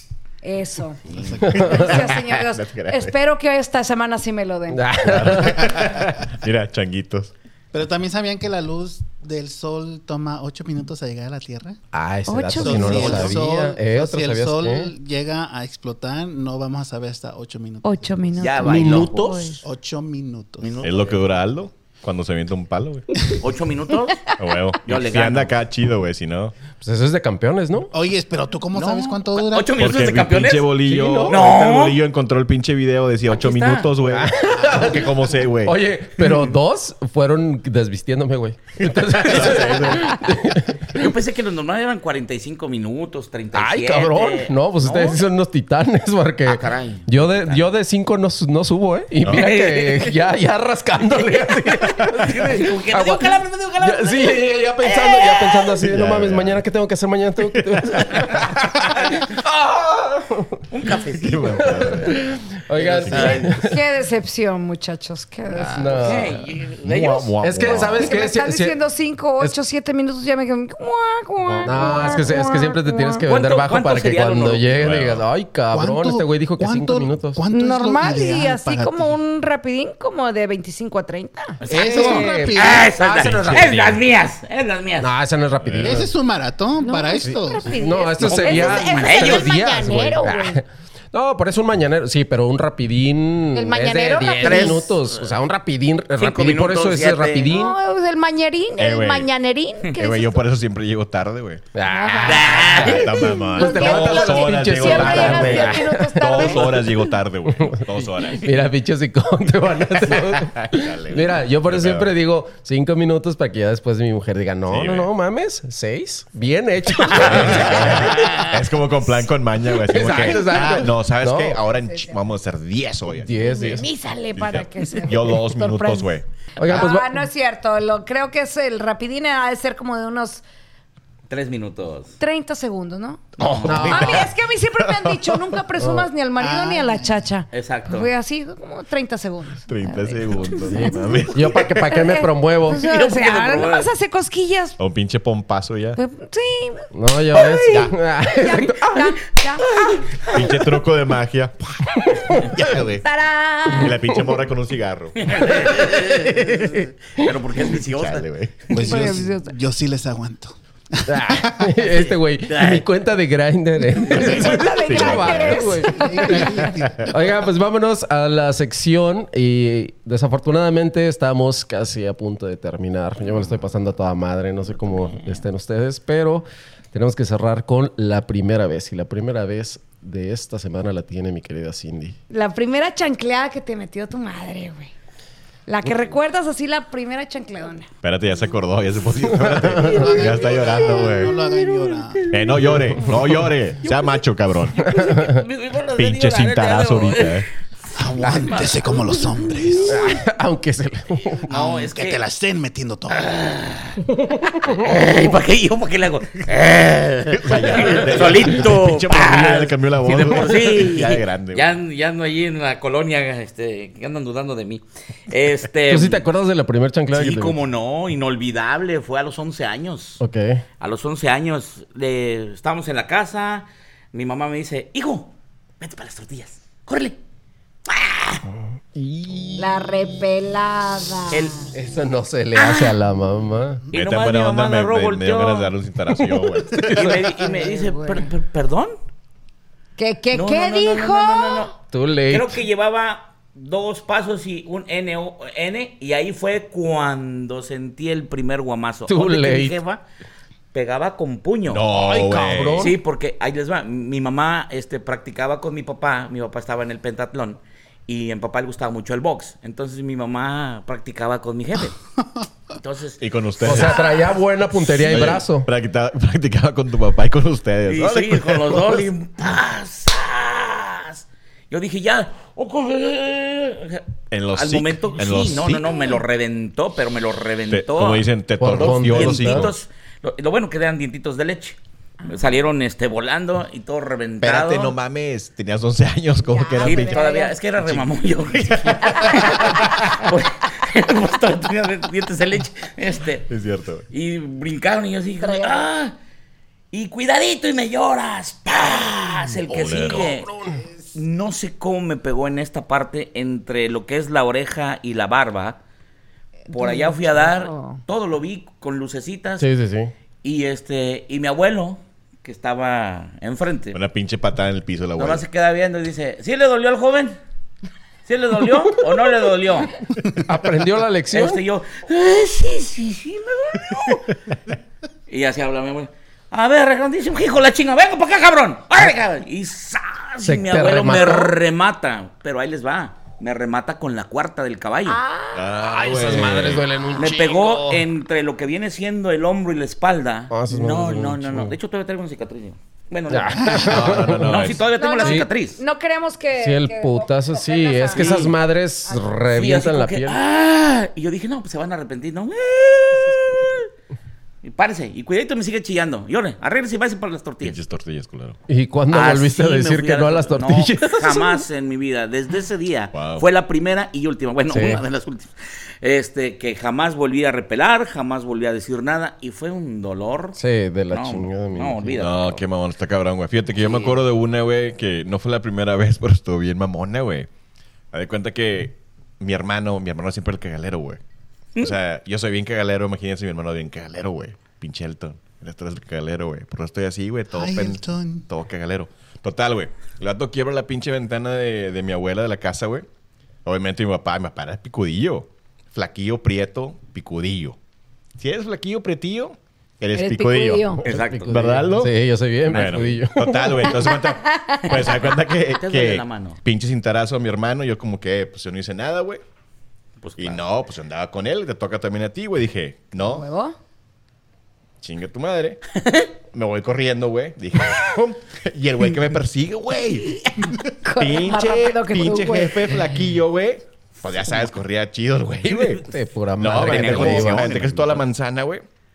Eso. Gracias, señor Dios. No te creas. Espero que esta semana sí me lo den. Mira, changuitos. Pero también sabían que la luz del sol toma 8 minutos a llegar a la Tierra. Ah, ese 8 dato sí no lo minutos. sabía. ¿Otro si el sabías sol qué? llega a explotar, no vamos a saber hasta 8 minutos. 8 minutos. Ya bailó. ¿Minutos? 8 minutos. Es lo que dura Aldo cuando se avienta un palo, güey. 8 minutos. A huevo. Yo le Si anda gano. acá chido, güey. Si no... Pues eso es de campeones, ¿no? Oye, pero ¿tú cómo No. sabes cuánto dura? 8 minutos Porque de mi campeones. pinche bolillo... Sí, ¿no? ahorita el bolillo encontró el pinche video. Decía 8 Aquí está. minutos, güey. Que como sé, güey. Oye, pero 2 fueron desvistiéndome, güey. Entonces, Yo pensé que los normales eran 45 minutos, 37. ay, cabrón. No, pues ustedes sí son unos titanes, porque Ah, caray. yo de 5 no subo, ¿eh? Y mira que ya rascándole así. Como que me dio calambre, me dio calambre. Ya, sí, ya pensando así, de, no Ya, mames, ya. mañana qué tengo que hacer, mañana tengo que... Un cafecito. Oigan, Qué decepción, muchachos. Qué decepción. no. Hey, ¿de ellos? Es que, ¿sabes Que me qué? están Sí, diciendo 5, 8, 7 minutos ya me quedo... No, es que siempre te tienes que vender bajo ¿Cuánto para que sería lo cuando normal? llegue Bueno. digas, ay, cabrón, este güey dijo que 5 minutos. ¿Cuánto es lo Normal y ideal así para como ti? un rapidín como de 25 a 30. Ese es un rapidín. Esas no es es las mías. Es las mías. No, ese no es rapidito. Ese es un maratón No, para sí, estos. rapidín. No, esto Ese sería es el 3 días, güey. mañanero, güey. No, por eso un mañanero, sí, pero un rapidín El mañanero, es de 10 rapidín. minutos. O sea, un rapidín, por minutos, eso es 7. rapidín. No, el mañanerín, el güey. mañanerín. ¿Qué Güey, es yo esto? por eso siempre llego tarde, güey. Ah, Está mamón. Pues te levantas Dos a las horas pinches llego Siempre horas, tarde, llegas güey. 10 minutos tarde. 2 horas llego tarde, güey. 2 horas. mira, pinches y cómo te van a hacer. Dale, Mira, yo por qué eso pedo. siempre digo 5 minutos para que ya después mi mujer diga, no, Sí, no, güey. no, mames, 6. Bien hecho. Es como con plan con maña, güey. Así como que, Exacto. no, ¿sabes No. qué? Ahora vamos a hacer 10 hoy. 10. Mísale para que se... Yo 2 sorprenda. minutos, güey. Oigan, pues no es cierto. Creo que es el rapidín ha de ser como de unos 3 minutos. 30 segundos, ¿no? No. A mí, es que a mí siempre me han dicho, nunca presumas ni al marido ni a la chacha. Exacto. Fue así, como 30 segundos. 30 segundos. No mames. Yo para qué me promuevo. O sea, nomás hace cosquillas. O un pinche pompazo ya. Pues, sí. No, ya ves. Ya, Exacto. ya. Pinche truco de magia. Ya, güey. Y ¡Tarán! la pinche morra con un cigarro. Pero porque es viciosa. Chale, güey. Pues Muy ambiciosa. yo sí les aguanto. Este güey, mi cuenta de Grindr. Cuenta de Sí, Grindr. güey. Oiga, pues vámonos a la sección y desafortunadamente estamos casi a punto de terminar. Yo me lo estoy pasando a toda madre, no sé cómo estén ustedes, pero tenemos que cerrar con la primera vez. Y la primera vez de esta semana la tiene mi querida Cindy. La primera chancleada que te metió tu madre, güey. La que recuerdas así, la primera chancleadona. Espérate, ya se acordó, ya se puso. Espérate. Ya está llorando, No güey. lo hagan llorar. No llore, no llore. Sea macho, cabrón. Pinche cintarazo ahorita, Aguántese como los hombres. Aunque se... No, es Que que... te la estén metiendo todo. ¿Y para qué? ¿Para qué le hago? Solito. Solito. Pinche morrillo ya le cambió la voz. Sí, de por sí. Ya de grande, güey. Ya ando allí en la colonia, que andan dudando de mí. ¿Tú sí te acuerdas de la primera chancleada que Sí, te... cómo no, inolvidable. Fue a los 11 años. Ok. A los 11 años estábamos en la casa. Mi mamá me dice, hijo, vete para las tortillas. Córrele. La repelada. Eso no se le hace a la mamá. Y Neta, nomás mi buena mamá onda, agarró, me dio ganas de volteó. darle un cintarazo, güey. Y me dice, ¿perdón? ¿Qué No, dijo? no. Too late. Creo que llevaba 2 pasos y un N, y ahí fue cuando sentí el primer guamazo. Too Donde que late. mi jefa pegaba con puño. No, Ay, güey. cabrón. Sí, porque ahí les va. Mi mamá practicaba con mi papá estaba en el pentatlón y a mi papá le gustaba mucho el box. Entonces mi mamá practicaba con mi jefe. Entonces, Y con ustedes. O sea, traía buena puntería y Oye, brazo. Practicaba con tu papá y con ustedes. y Órale, sí, pues. con los dos y ¡pasas! Yo dije, ya. En los Al sick, momento, en los sí, no, sick. me lo reventó, pero me lo reventó. Como dicen, te Por torció dónde los hijos. dientitos. Lo bueno que eran dientitos de leche. Salieron volando y todo reventado. Espérate, no mames. Tenías 11 años, como Ya, que era Sí, pinche. todavía, es que era remamullo. Pues todavía tenía dientes de leche. Es cierto, güey. Y brincaron y yo así, ¡ah! Y cuidadito y me lloras. ¡Paz! El que Olero. sigue. No sé cómo me pegó en esta parte entre lo que es la oreja y la barba. Por allá fui a dar, todo lo vi con lucecitas. Sí, sí, sí. Y mi abuelo, que estaba enfrente, Una pinche patada en el piso la nomás abuela. se queda viendo y dice, ¿sí le dolió al joven? ¿Sí le dolió o no le dolió? ¿Aprendió la lección? Yo, sí, me dolió. Y así habla mi abuelo. A ver, grandísimo hijo de la chinga, venga para acá, cabrón. ¡Órale, cabrón! Y ¡zas! ¿Se Y mi te abuelo me remató? remata, pero ahí les va. Me remata con la cuarta del caballo. Ay, esas madres duelen un Me chingo. pegó entre lo que viene siendo el hombro y la espalda. Ah, esas No. madres duelen un chingo. De hecho, todavía traigo una cicatriz. Yo. Bueno, Ya. no, sí, todavía tengo la cicatriz. No queremos que... Sí, el que putazo, sí. ofendas Es que a- esas madres Sí, así revientan como la que, piel. ¡ah! Y yo dije, no, pues se van a arrepentir, ¿no? Y párese, y cuidadito me sigue chillando. Llore, arréglese y váyase para las tortillas. Pinches tortillas, culero. ¿Y cuándo volviste a Así me decir fui que no a las tortillas? No, jamás en mi vida. Desde ese día. Wow. Fue la primera y última. Bueno, Sí. una de las últimas. Que jamás volví a repelar, jamás volví a decir nada. Y fue un dolor. Sí, de la No, chingada. mi no, hijo. olvídate. No, qué mamón, está cabrón, güey. Fíjate que yo me acuerdo de una, güey, que no fue la primera vez, pero estuvo bien mamona, güey. Me di cuenta que mi hermano siempre el cagalero, güey. O sea, yo soy bien cagalero, imagínense mi hermano bien cagalero, güey. Pinche Elton. Esto es el cagalero, güey. Por eso estoy así, güey, Ay, Elton. todo cagalero. Total, güey. El gato quiebra la pinche ventana de mi abuela de la casa, güey. Obviamente mi papá era picudillo. Flaquillo, prieto, picudillo. Si eres flaquillo, prietillo, eres picudillo. picudillo. Exacto. ¿Verdad, Aldo? Sí, yo soy bien Bueno, picudillo. total, güey. Entonces, pues, se da cuenta Te duele que la mano. pinche cintarazo a mi hermano. Yo como que, pues, yo no hice nada, güey. Pues, Y claro. no, pues, andaba con él. Te toca también a ti, güey. Dije, no, ¿Huevo? chinga tu madre. Me voy corriendo, güey. Dije, pum. Y el güey que me persigue, güey. Más rápido que tú, pinche güey. jefe flaquillo, güey. Pues ya sabes, corría chido el güey, güey. De pura No, madre. me tenía aventé condición, me aventé casi toda la manzana, güey.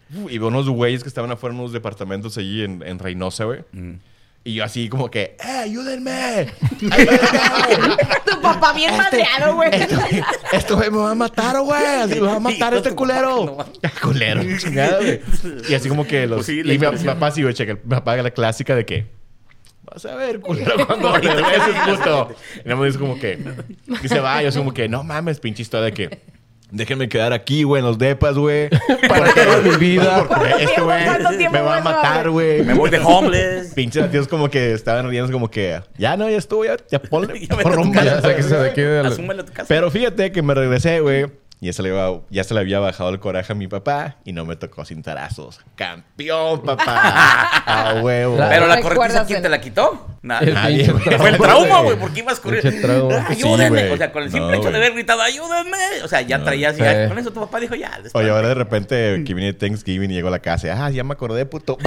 Y veo unos güeyes que estaban afuera en unos departamentos allí en Reynosa, güey. Y yo así como que, ayúdenme! Tu papá bien madreado, güey. Esto güey me va a matar, güey. Así me va a matar este culero. Culero, chingada, güey. Y así como que los... Pues sí, y mi papá sí, güey, checa. Mi papá haga la clásica de que... Vas a ver, culero, cuando regreses, puto. Y nada más dice como que... Y se va. Yo soy como que, no mames, pinche historia de que... Déjenme quedar aquí, güey, en los depas, güey. Para toda mi vida. Porque este güey me va a matar, güey. Me voy de homeless. Pinches tíos como que estaban riendo como que... Ya no, ya estuvo, ya ponle. Ya vete a tu rumba. casa, Ya sé que se de aquí de la- Asúmelo a tu casa. Pero fíjate que me regresé, güey. Y ya se le había bajado el coraje a mi papá. Y no me tocó cintarazos. ¡Campeón, papá! ¡A huevo! Pero la ¿Recuerdas corretiza, ¿quién el- te la quitó? El Nadie. pinche güey. Fue el trauma, güey, porque ibas corriendo. Pinche trauma. ¡Ayúdenme! Sí, güey. O sea, con el simple No, hecho de güey. haber gritado, ¡ayúdenme! O sea, ya traías... Sí. Ya, con eso tu papá dijo, ya. Oye, ahora de repente que viene Thanksgiving y llego a la casa. Ya me acordé, puto.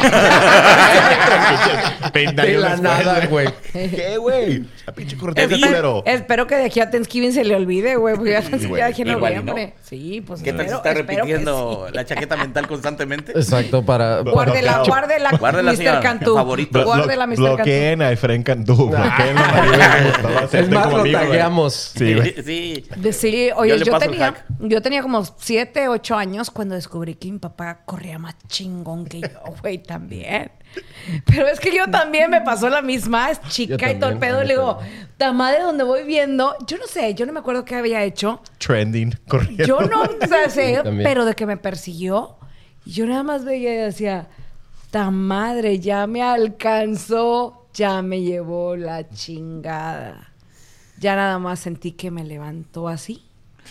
De la nada, güey. ¿Qué, güey? La pinche correteza, bien. culero. Espero que de aquí a Thanksgiving se le olvide, güey. Porque ya se güey. de aquí en Igual y noviembre. Sí, pues ¿Qué tal se espero- está espero que repitiendo sí. la chaqueta mental constantemente? Exacto, para... Guárdela, guárdela, Guárdela, Mr. señora, Cantú. favorito. Guárdela, Mr. Cantú. Bloqueen a Efraín Cantú. Bloqueen a María. Es más, lo tagueamos. Sí, güey. Sí. Sí, Yo oye, le paso el hack. yo tenía como 7, 8 años cuando descubrí que mi papá corría más chingón que yo, güey, también. Pero es que yo también me pasó la misma, es chica Yo y todo el también, pedo. yo Le digo, también. la madre donde voy viendo, yo no sé, yo no me acuerdo qué había hecho. Trending. Corriendo. Yo no sé, también. pero de que me persiguió. Y yo nada más veía y decía, ta madre, ya me alcanzó, ya me llevó la chingada. Ya nada más sentí que me levantó así.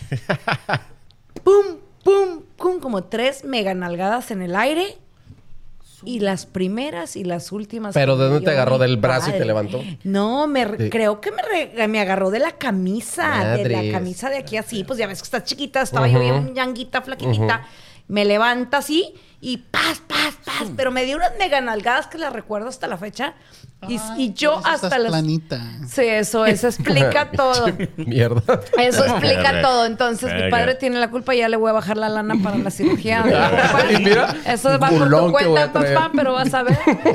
Pum, pum, pum, como 3 mega nalgadas en el aire. Y las primeras y las últimas. ¿Pero de que dónde me te dio agarró? mi ¿Del brazo y te padre. levantó? No, Sí. creo que me agarró de la camisa. De la Madres. camisa de aquí así. Pues ya ves que está chiquita. Estaba yo bien ñanguita, flaquitita. Me levanta así y paz, paz, paz. Pero me dio unas mega nalgadas que las recuerdo hasta la fecha. Y yo por eso hasta estás las... planita. Sí, eso explica todo. Mierda. Eso explica Verga. todo. Entonces, mi Verga. padre tiene la culpa y ya le voy a bajar la lana para la cirugía. Y mira, Eso va por bulón tu que voy cuenta, a traer. papá, pero vas a ver.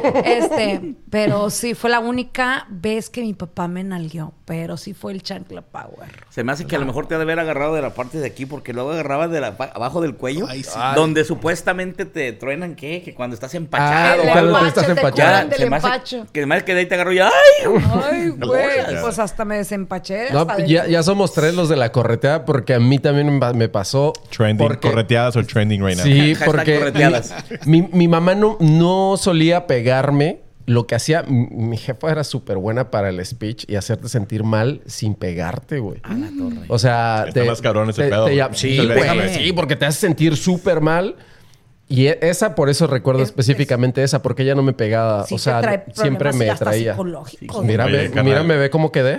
Pero sí, fue la única vez que mi papá me nalgueó. Pero sí fue el chancla power. Se me hace que a lo mejor te ha de haber agarrado de la parte de aquí, porque luego agarraba de abajo del cuello, Ay, sí. donde supuestamente te truenan, ¿qué? Que cuando estás empachado El o cuando algo. te estás empache, te empachado. curan del se me hace empacho. que además que de ahí te agarro y ¡ay! Ay, güey. bolas. Pues hasta me desempaché. No, hasta de- ya somos 3 los de la correteada porque a mí también me pasó. Trending. porque- ¿Correteadas o trending right now? Sí, Hashtag porque correteadas. mi mamá no solía pegarme. Lo que hacía, mi jefa era súper buena para el speech y hacerte sentir mal sin pegarte, güey. A la torre. O sea, Está más cabrón ese pedo. Sí, Tal vez, güey. tal vez. Sí, porque te hace sentir súper mal. Y esa, por eso recuerdo específicamente esa, porque ella no me pegaba. Sí o sea, te trae siempre problemas me hasta traía. psicológicos. Mira, Oye, carnal. me ve cómo quedé.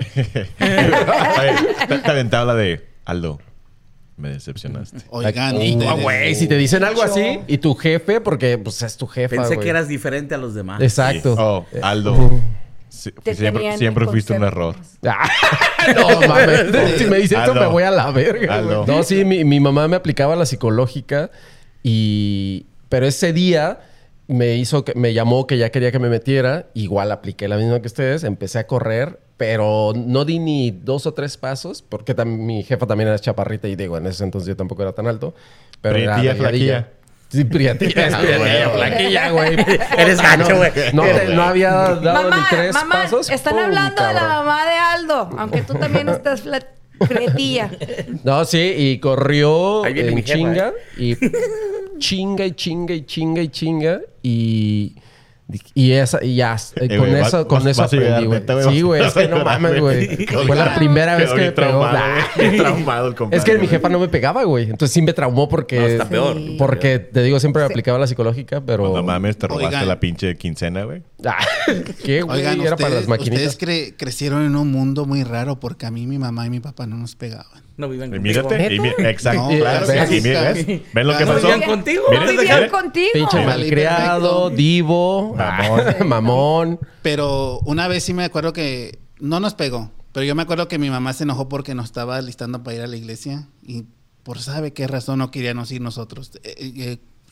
Oye, te aventaba la de Aldo. Me decepcionaste. Oigan, Güey, si te dicen algo así y tu jefe, porque pues es tu jefa, Pensé güey. que eras diferente a los demás. Exacto. Oh, Aldo. Sí, Te tenían siempre en fuiste un error. conceptos. No, mames. Si me dice esto, Aldo. me voy a la verga. Aldo. güey. No, sí, mi mamá me aplicaba la psicológica pero ese día me llamó que ya quería que me metiera. Igual apliqué la misma que ustedes. Empecé a correr, pero no di ni 2 o 3 pasos porque mi jefa también era chaparrita y digo, en ese entonces yo tampoco era tan alto. Pero era Prietilla, delgadilla. flaquilla. Sí, prietilla. Es prietilla, flaquilla, güey. Eres gacho, güey. No había dado ni 3 pasos. están ¡Pum, hablando de la cabrón! mamá de Aldo. Aunque tú también estás pretilla. No, sí, y corrió Ahí viene en mi jefa, chinga y chinga y esa y ya con güey, eso con eso vas a llegar, aprendí, güey. neta, güey, Sí, güey, es vas a que no llegar, mames, güey. Fue la primera vez que me pegó. traumado, güey. Bien traumado el compadre. Es que mi jefa no me pegaba, güey. Entonces sí me traumó porque No, está peor. Sí. porque te digo, siempre me aplicaba la psicológica, pero No mames, te robaste Oigan. la pinche quincena, güey. Ah, ¿qué, güey? Oigan, Era para las maquinitas. ustedes crecieron en un mundo muy raro porque a mí mi mamá y mi papá no nos pegaban. No viven Y contigo. mírate. Exacto. No, Claro. ¿ves? Sí, ¿ves? ¿Ven lo que No pasó? vivían contigo. No Miren, vivían ¿eh? contigo. Pinche Vale, malcriado, perfecto. divo, mamón. Pero una vez sí me acuerdo que no nos pegó, pero yo me acuerdo que mi mamá se enojó porque nos estaba listando para ir a la iglesia y por sabe qué razón no queríamos ir nosotros.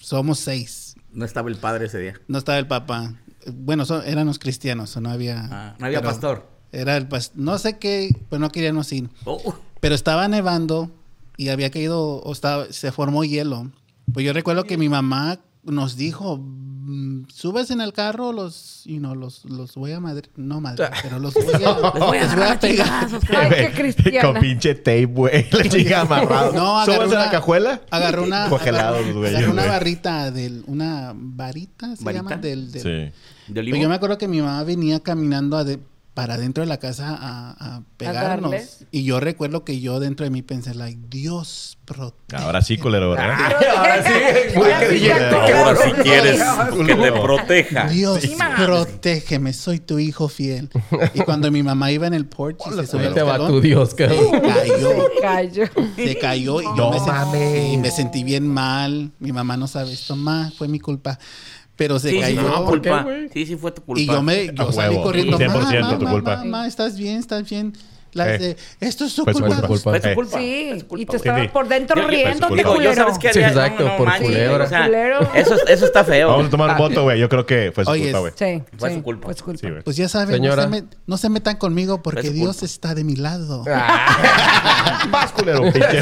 somos 6. No estaba el padre ese día. No estaba el papá. Bueno, éramos cristianos, no había... no había pastor. Era el pastor. No sé qué, pues no queríamos ir. Pero estaba nevando y había caído, se formó hielo. Pues yo recuerdo que mi mamá nos dijo, subes en el carro, los voy a pero los voy a pegar. Ay, qué cristiana. Con pinche tape, güey. La chica amarrado. No, ¿Subes en la cajuela? Agarró una... Congelados, güey. Agarró una barrita una varita, se llama, sí. ¿De olivo? Yo me acuerdo que mi mamá venía caminando para dentro de la casa a pegarnos. Y yo recuerdo que yo dentro de mí pensé, Dios protege. Ahora sí, culero, ¿verdad? Ahora sí. Ahora sí quieres que te proteja. Dios, protégeme, soy tu hijo fiel. Y cuando mi mamá iba en el porche y se subió al te va escalón, tu Dios, cabrón. Se cayó y yo me sentí bien mal. Mi mamá no sabe esto más, fue mi culpa. Pero se cayó. No, ¿Por qué, culpa. güey? Sí, fue tu culpa. Y yo salí corriendo. 100% tu culpa. Mamá, estás bien. Esto es su Fue culpa. su culpa. Fue tu culpa. Sí, Fue tu culpa. y te estabas por dentro Yo- riendo, pues, qué culpa. Digo, yo culero. sabes qué Sí, haría. exacto, por manches, culero. o sea, Culero. eso está feo. Vamos a tomar un voto, güey. Yo creo que fue su Oye, culpa, güey. Sí, Fue sí, su culpa. fue su culpa. Sí, güey. Pues ya saben, Señora. no se metan conmigo porque Fue su Dios culpa. está de mi lado. Vas, culero, pinche.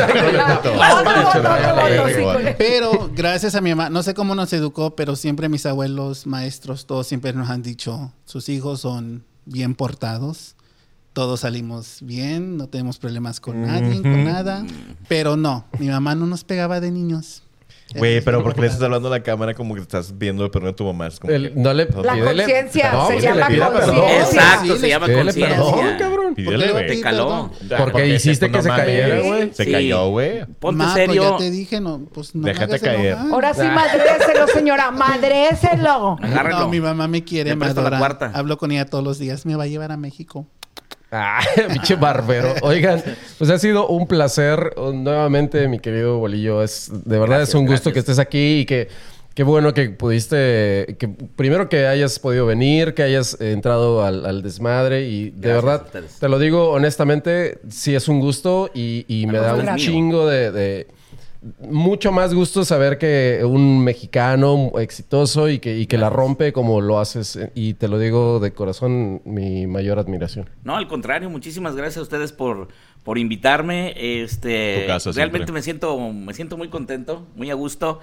Pero gracias a mi mamá, no sé cómo nos educó, pero siempre mis abuelos, maestros, todos siempre nos han dicho, sus hijos son bien portados, todos salimos bien, no tenemos problemas con nadie, con nada, pero no, mi mamá no nos pegaba de niños. Güey, pero porque le estás hablando a la cámara como que estás viendo el perro de tu mamá. Es como que- No le, La pídele conciencia, perdón, se pues, que llama le pida conciencia. perdón. Exacto, Sí, se llama Pídele perdón, conciencia. cabrón. Pídele, ¿Por qué güey. le Te caló. perdón? Porque hiciste que se cayera, güey. Se Sí. cayó, güey. Ponte Ma, serio. pues ya te dije, no, pues no me Déjate hagas caer. enojar. Ahora sí, madréselo, señora, madréselo. Agárralo. No, mi mamá me quiere, Le me presto la adora. cuarta. Hablo con ella todos los días, me va a llevar a México. Ah, pinche barbero. Oigan, pues ha sido un placer nuevamente, mi querido Bolillo. De verdad Gracias, es un gusto gracias. que estés aquí y que qué bueno que pudiste, que primero que hayas podido venir, que hayas entrado al desmadre y de Gracias a verdad, ustedes. te lo digo honestamente, sí es un gusto y me da un Gracias. chingo de mucho más gusto saber que un mexicano exitoso y que la rompe como lo haces. Y te lo digo de corazón, mi mayor admiración. No, al contrario, muchísimas gracias a ustedes por invitarme. Tu casa Realmente siempre. me siento muy contento, muy a gusto.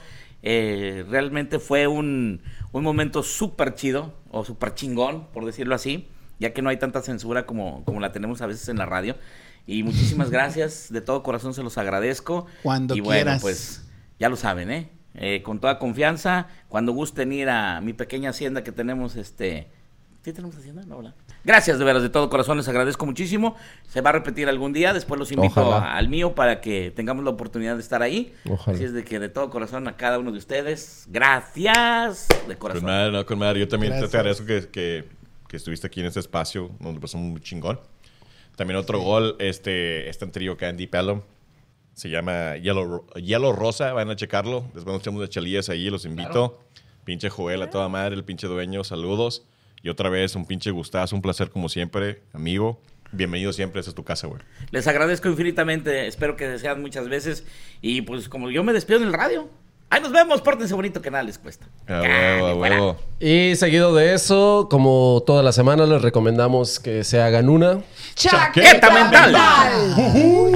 Realmente fue un momento súper chido o súper chingón, por decirlo así, ya que no hay tanta censura como la tenemos a veces en la radio. Y muchísimas gracias, de todo corazón se los agradezco. Cuando y bueno, quieras. pues ya lo saben, ¿eh? Con toda confianza, cuando gusten ir a mi pequeña hacienda que tenemos, ¿sí tenemos hacienda? No, ¿verdad? Gracias, de veras, de todo corazón, les agradezco muchísimo. Se va a repetir algún día, después los invito Ojalá. al mío para que tengamos la oportunidad de estar ahí. Ojalá. Así es de que de todo corazón a cada uno de ustedes, gracias de Con corazón. madre, no, con madre. Yo también Gracias. te agradezco que estuviste aquí en este espacio donde pasó muy chingón. También otro gol, está en trío acá en Deep Ellum. Se llama Yellow Rosa, van a checarlo. Después nos echamos de chalillas ahí, los invito. Pinche Joel, a toda madre, el pinche dueño, saludos. Y otra vez, un pinche gustazo, un placer como siempre, amigo. Bienvenido siempre, esa es tu casa, güey. Les agradezco infinitamente, espero que sean muchas veces. Y pues como yo me despido en el radio. Ahí nos vemos, pórtense bonito que nada les cuesta. A huevo, a huevo. Y seguido de eso, como toda la semana, les recomendamos que se hagan una. ¡Chaqueta mental! mental!